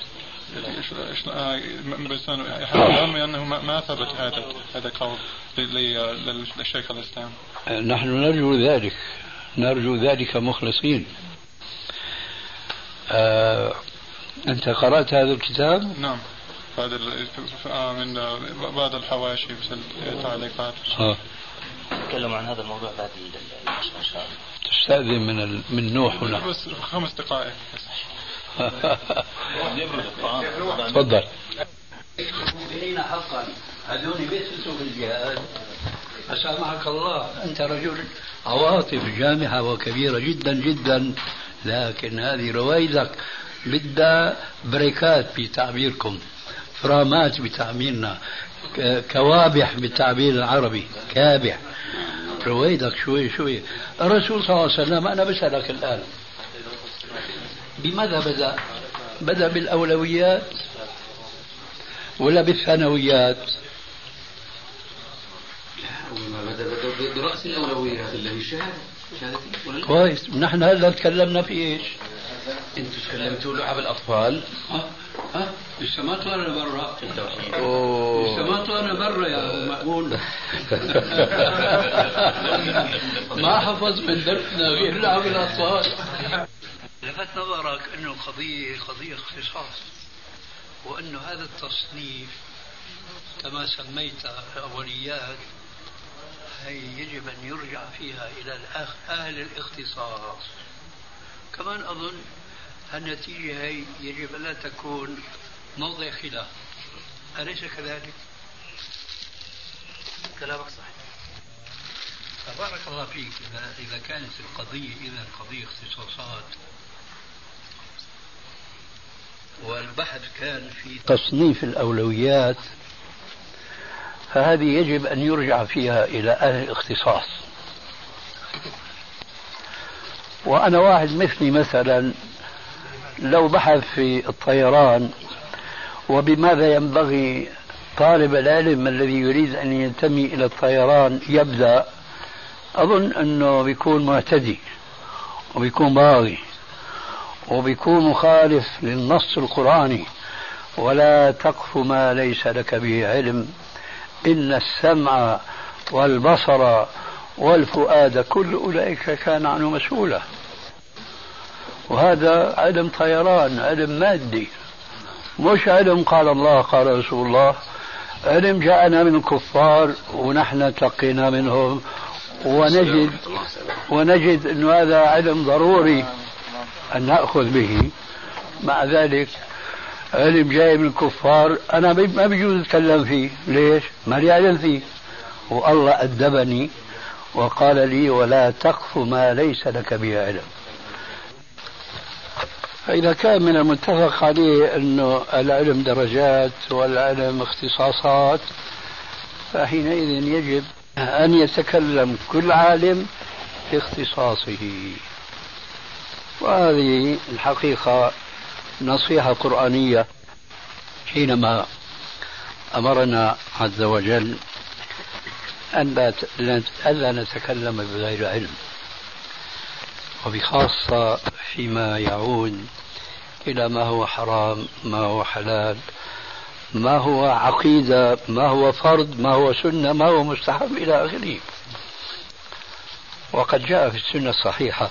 بس أنه ما ثبت هذا قول للشيخ الإسلام. نحن نرجو ذلك مخلصين. أنت قرأت هذا الكتاب؟ نعم من بعض الحواشي في التعليقات. نتكلم عن هذا الموضوع بعد إن شاء الله. تستأذن من نوح هنا بس 5 دقائق. تفضل. حقا هذول بيثبتوا في الجهاد. أسامحك الله، أنت رجل عواطف جامحة وكبيرة جدا جدا، لكن هذه رويدك بدها بريكات بتعبيركم، فرامات بتعبيرنا، كوابح بالتعبير العربي، كابح. رويدك شوي. الرسول صلى الله عليه وسلم، أنا بسألك الآن، بماذا بدأ بالأولويات ولا بالثانويات؟ برأس الأولويات اللي هي الشهادة. كويس. نحن هلا تكلمنا في ايش؟ انتوا تكلمتوا لعب الأطفال. لسه ما طلعنا برا. لسه ما طلعنا برا يا مأمون. ما حفظ من درسنا غير لعب الأطفال. لفت نظرك أنه قضية اختصاص، وأنه هذا التصنيف كما سميت الأوليات هي يجب أن يرجع فيها إلى أهل الاختصاص. كمان أظن النتيجة هي يجب أن لا تكون موضع خلاف، أليس كذلك؟ كلامك صحيح. تبارك الله فيك. إذا كانت القضية قضية اختصاصات والبحث كان في تصنيف الأولويات، فهذه يجب أن يرجع فيها إلى أهل الاختصاص. وأنا واحد مثلي مثلا لو بحث في الطيران وبماذا ينبغي طالب العلم الذي يريد أن ينتمي إلى الطيران يبدأ، أظن أنه بيكون معتدي وبيكون باغي وبيكون مخالف للنص القرآني. ولا تقف ما ليس لك به علم، إن السمع والبصر والفؤاد كل أولئك كان عنه مسؤولا. وهذا علم طيران، علم مادي، مش علم قال الله قال رسول الله. علم جاءنا من الكفار ونحن تلقينا منهم، ونجد أن هذا علم ضروري أن نأخذ به. مع ذلك علم جاي من الكفار أنا ما بيجوز أتكلم فيه. ليش؟ ما لي علم فيه. والله أدبني وقال لي ولا تقف ما ليس لك به علم. فإذا كان من المتفق عليه أنه العلم درجات والعلم اختصاصات، فحينئذ يجب أن يتكلم كل عالم في اختصاصه. وهذه الحقيقة نصيحة قرآنية حينما أمرنا عز وجل أن لا نتكلم بغير علم، وبخاصة فيما يعود إلى ما هو حرام، ما هو حلال، ما هو عقيدة، ما هو فرض، ما هو سنة، ما هو مستحب إلى آخره. وقد جاء في السنة الصحيحة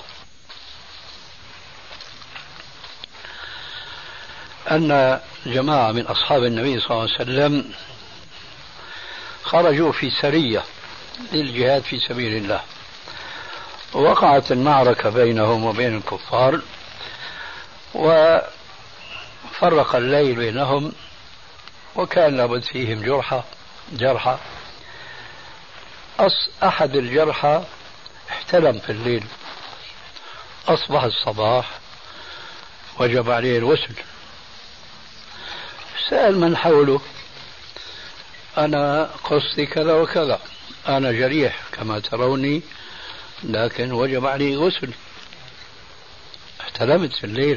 أن جماعة من أصحاب النبي صلى الله عليه وسلم خرجوا في سرية للجهاد في سبيل الله، ووقعت المعركة بينهم وبين الكفار، وفرق الليل بينهم، وكان لابد فيهم جرحى. أحد الجرحى احتلم في الليل، أصبح الصباح وجب عليه الغسل. سأل من حوله: أنا قصدي كذا وكذا، أنا جريح كما تروني، لكن وجب علي غسل، احتلمت في الليل،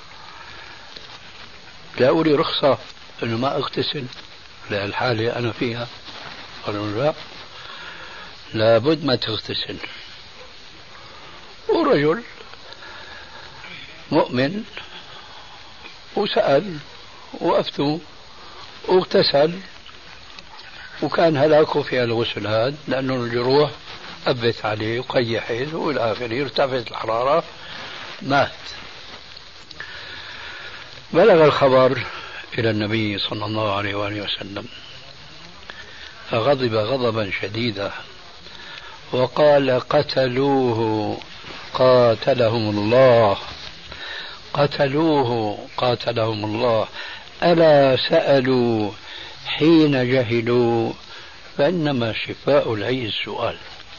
لا لي رخصة أنه ما أغتسل للحالة أنا فيها؟ قالوا لا، لابد ما تغتسل. ورجل مؤمن وسأل وأفتوا واغتسل، وكان هلاكه في الغسل هذا لأنه الجروح أبت عليه وقيحت وإلى آخره، ارتفعت الحرارة، مات. بلغ الخبر إلى النبي صلى الله عليه وآله وسلم، فغضب غضبا شديدا وقال: قتلوه قاتلهم الله، قتلوه قاتلهم الله، ألا سألوا حين جهلوا فإنما شفاء العي السؤال.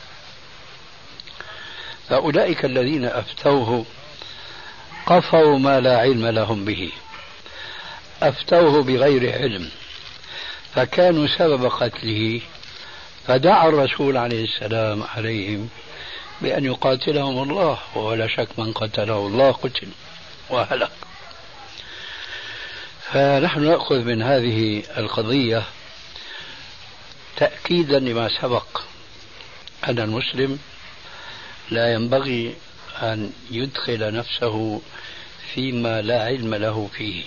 فأولئك الذين أفتوه قفوا ما لا علم لهم به، أفتوه بغير علم، فكانوا سبب قتله، فدعا الرسول عليه السلام عليهم بأن يقاتلهم الله، ولا شك من قتله الله قتل وهلك. فنحن نأخذ من هذه القضية تأكيدا لما سبق، أن المسلم لا ينبغي أن يدخل نفسه فيما لا علم له فيه،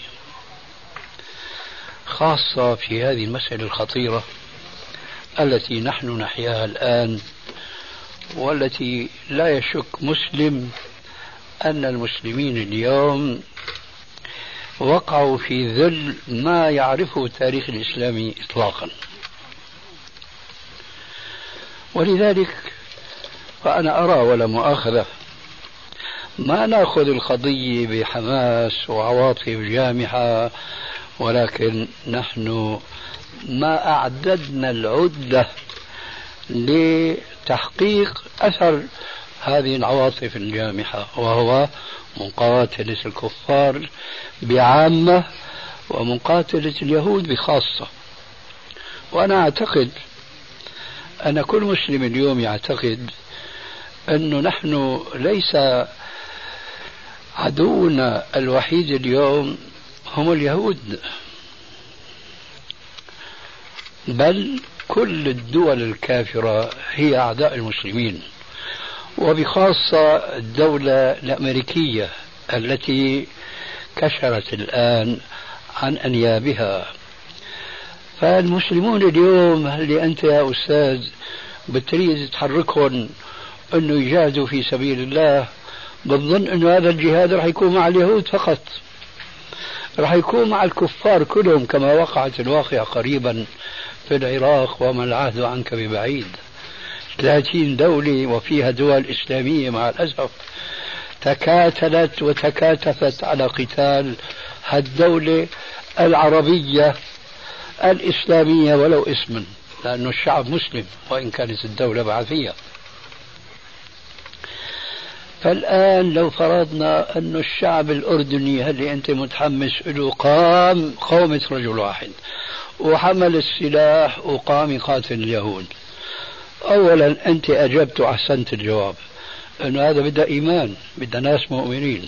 خاصة في هذه المسألة الخطيرة التي نحن نحياها الآن، والتي لا يشك مسلم أن المسلمين اليوم وقعوا في ذل ما يعرفه التاريخ الإسلامي إطلاقا. ولذلك فأنا أرى ولا مؤاخذة ما نأخذ القضية بحماس وعواطف جامحة، ولكن نحن ما أعددنا العدة لتحقيق أثر هذه العواطف الجامحة، وهو مقاتلة الكفار بعامة ومقاتلة اليهود بخاصة. وأنا أعتقد أن كل مسلم اليوم يعتقد أنه نحن ليس عدونا الوحيد اليوم هم اليهود، بل كل الدول الكافرة هي أعداء المسلمين، وبخاصة الدولة الأمريكية التي كشرت الآن عن أنيابها. فالمسلمون اليوم اللي أنت يا أستاذ بتريد تحركهم أنه يجاهدوا في سبيل الله، بظن أنه هذا الجهاد رح يكون مع اليهود فقط، رح يكون مع الكفار كلهم، كما وقعت الواقعة قريبا في العراق، وما العهد عنك ببعيد. 30 دولة وفيها دول إسلامية مع الأسف تكاتلت وتكاتفت على قتال الدولة العربية الإسلامية ولو اسما، لأن الشعب مسلم وإن كانت الدولة بعثية. فالآن لو فرضنا أن الشعب الأردني اللي أنت متحمس له قام قومة رجل واحد وحمل السلاح وقام يقاتل اليهود، أولا أنت أجبت وأحسنت الجواب أنه هذا بدأ إيمان، بدأ ناس مؤمنين،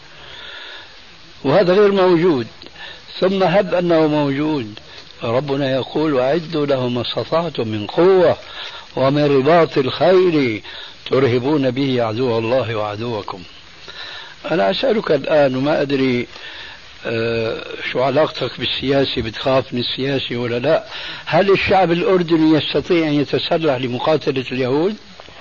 وهذا غير موجود. ثم هب أنه موجود، ربنا يقول: وأعدوا لهم ما استطعتم من قوة ومن رباط الخيل ترهبون به عدو الله وعدوكم. أنا أسألك الآن وما أدري شو علاقتك بالسياسي، بتخاف من السياسي ولا لا؟ هل الشعب الأردني يستطيع أن يتسلح لمقاتلة اليهود؟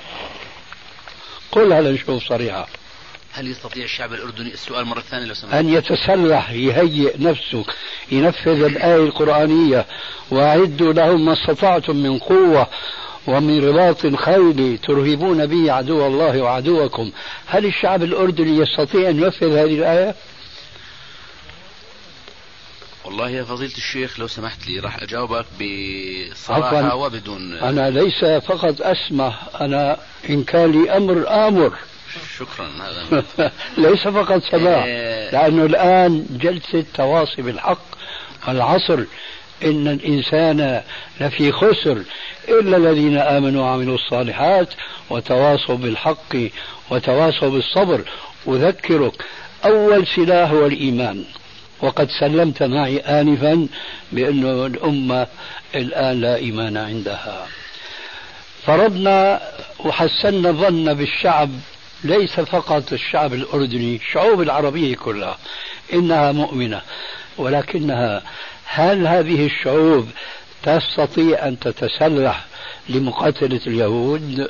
قل هل نشوف صريحة. هل يستطيع الشعب الأردني، السؤال مرة ثانية لو سمحت، أن يتسلح، يهيئ نفسه، ينفذ الآية القرآنية: وأعدوا لهم ما استطعتم من قوة ومن رباط الخيل ترهبون به عدو الله وعدوكم؟ هل الشعب الأردني يستطيع أن ينفذ هذه الآية؟ والله يا فضيلة الشيخ لو سمحت لي راح أجاوبك بصراحة وبدون. أنا ليس فقط أسمع، أنا إن كان لي أمر آمر. شكرا. هذا ليس فقط سماع، لأنه الآن جلسة تواصي بالحق والعصر، إن الإنسان لفي خسر إلا الذين آمنوا وعملوا الصالحات وتواصوا بالحق وتواصوا بالصبر. أذكرك أول سلاح هو الإيمان، وقد سلمت معي آنفا بأن الأمة الآن لا إيمان عندها. فرضنا وحسنا الظن بالشعب، ليس فقط الشعب الأردني، الشعوب العربية كلها إنها مؤمنة، ولكنها هل هذه الشعوب تستطيع أن تتسلح لمقاتلة اليهود؟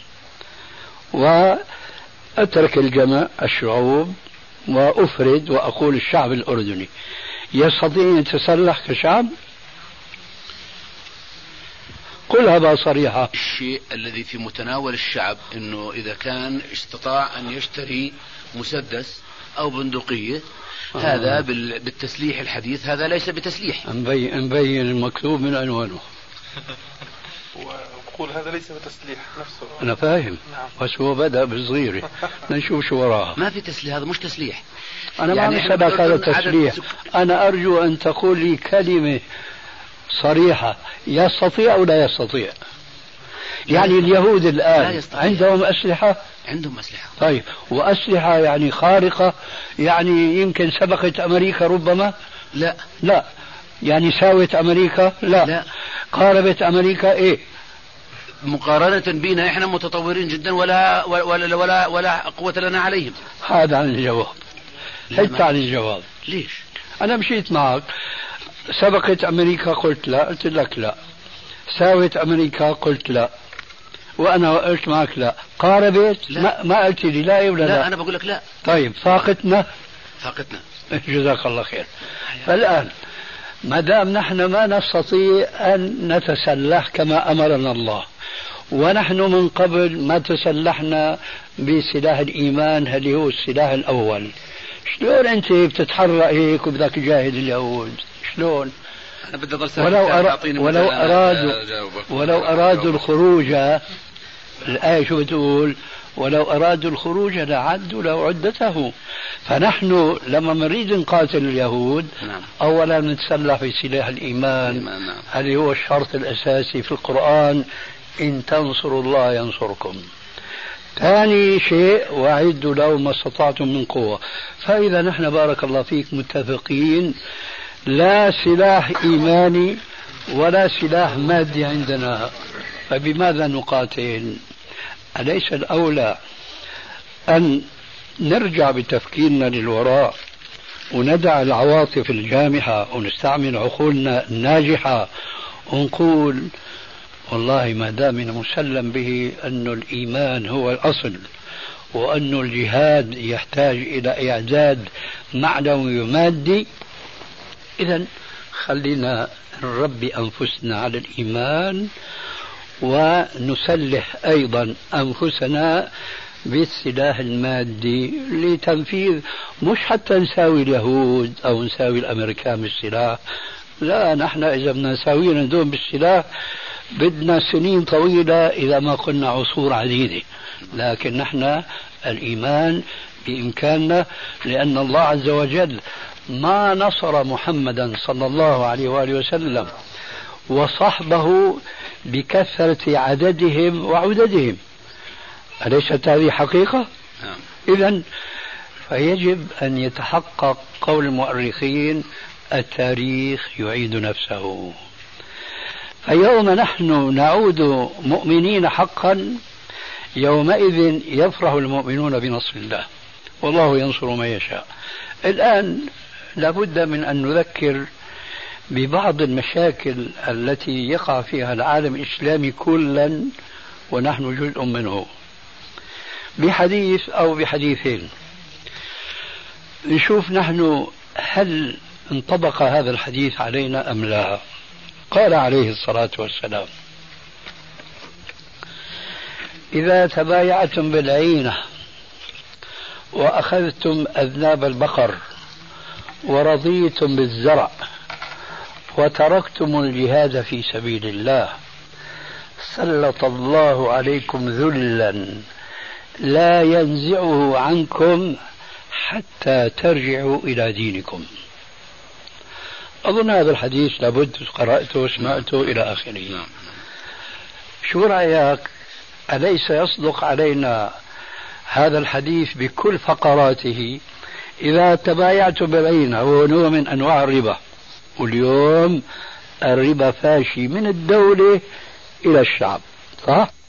وأترك الجمع الشعوب وأفرد وأقول الشعب الأردني يستطيع أن يتسلح كشعب؟ قلها بصريحة. الشيء الذي في متناول الشعب أنه إذا كان استطاع أن يشتري مسدس أو بندقية هذا بالتسليح الحديث، هذا ليس بتسليح. نبين المكتوب من عنوانه. وأقول هذا ليس بتسليح نفسه. أنا فاهم. نعم. بس هو بدأ بالصغيرة. نشوف شو وراها. ما في تسليح، هذا مش تسليح. أنا يعني ما سبق هذا التسليح. أنا أرجو أن تقول لي كلمة صريحة، يستطيع أو لا يستطيع؟ يعني اليهود الآن عندهم أسلحة؟ عندهم أسلحة. طيب، وأسلحة يعني خارقة، يعني يمكن سبقت أمريكا ربما؟ لا. يعني ساوت أمريكا؟ لا. قاربت أمريكا؟ إيه؟ مقارنة بنا إحنا متطورين جدا ولا قوة لنا عليهم. هذا عن الجواب. حتى عن الجواب. ليش؟ أنا مشيت معك. سبقت أمريكا قلت لا، قلت لك لا. ساوت أمريكا قلت لا، وأنا قلت معك لا. قاربت؟ لا. ما قلت لي لا ولا لا؟ أنا بقول لك لا. طيب، فاقتنا؟ جزاك الله خير. فالآن ما دام نحن ما نستطيع أن نتسلح كما أمرنا الله، ونحن من قبل ما تسلحنا بسلاح الإيمان اللي هو السلاح الأول، شلون أنت بتتحرك هيك وبدك تجاهد اليهود؟ شلون؟ ولو أرادوا الخروج، الآية شو بتقول؟ ولو أرادوا الخروج لعدوا له عدته. فنحن لما نريد نقاتل اليهود أولا نتسلح في سلاح الإيمان اللي هو الشرط الأساسي في القرآن: إن تنصروا الله ينصركم. ثاني شيء: وأعدوا له ما استطعتم من قوة. فإذا نحن بارك الله فيك متفقين، لا سلاح إيماني ولا سلاح مادي عندنا، فبماذا نقاتل؟ أليس الأولى أن نرجع بتفكيرنا للوراء وندع العواطف الجامحة ونستعمل عقولنا الناجحة ونقول والله ما دامنا مسلم به أن الإيمان هو الأصل، وأن الجهاد يحتاج إلى إعداد معنوي ومادي، إذن خلينا نربي أنفسنا على الإيمان ونسلح أيضا أنفسنا بالسلاح المادي لتنفيذ، مش حتى نساوي اليهود أو نساوي الأمريكان بالسلاح، لا، نحن إذا بدنا نساوينا دوم بالسلاح بدنا سنين طويلة إذا ما قلنا عصور عديدة، لكن نحن الإيمان بإمكاننا، لأن الله عز وجل ما نصر محمدا صلى الله عليه وآله وسلم وصحبه بكثرة عددهم وعددهم. أليست هذه حقيقة؟ إذن فيجب أن يتحقق قول المؤرخين: التاريخ يعيد نفسه. فيوم نحن نعود مؤمنين حقا، يومئذ يفرح المؤمنون بنصر الله، والله ينصر من يشاء. الآن لابد من أن نذكر ببعض المشاكل التي يقع فيها العالم الإسلامي كلا ونحن جزء منه، بحديث أو بحديثين، نشوف نحن هل انطبق هذا الحديث علينا أم لا. قال عليه الصلاة والسلام: إذا تبايعتم بالعينة وأخذتم أذناب البقر ورضيتم بالزرع وتركتم الجهاد في سبيل الله سلط الله عليكم ذلا لا ينزعه عنكم حتى ترجعوا إلى دينكم. أظن هذا الحديث لابد قرأته وسمعته إلى آخره. شو رأيك؟ أليس يصدق علينا هذا الحديث بكل فقراته إذا تبايعت ببينه وهو نوع من أنواع الربا، واليوم الربا فاشي من الدولة إلى الشعب، صح؟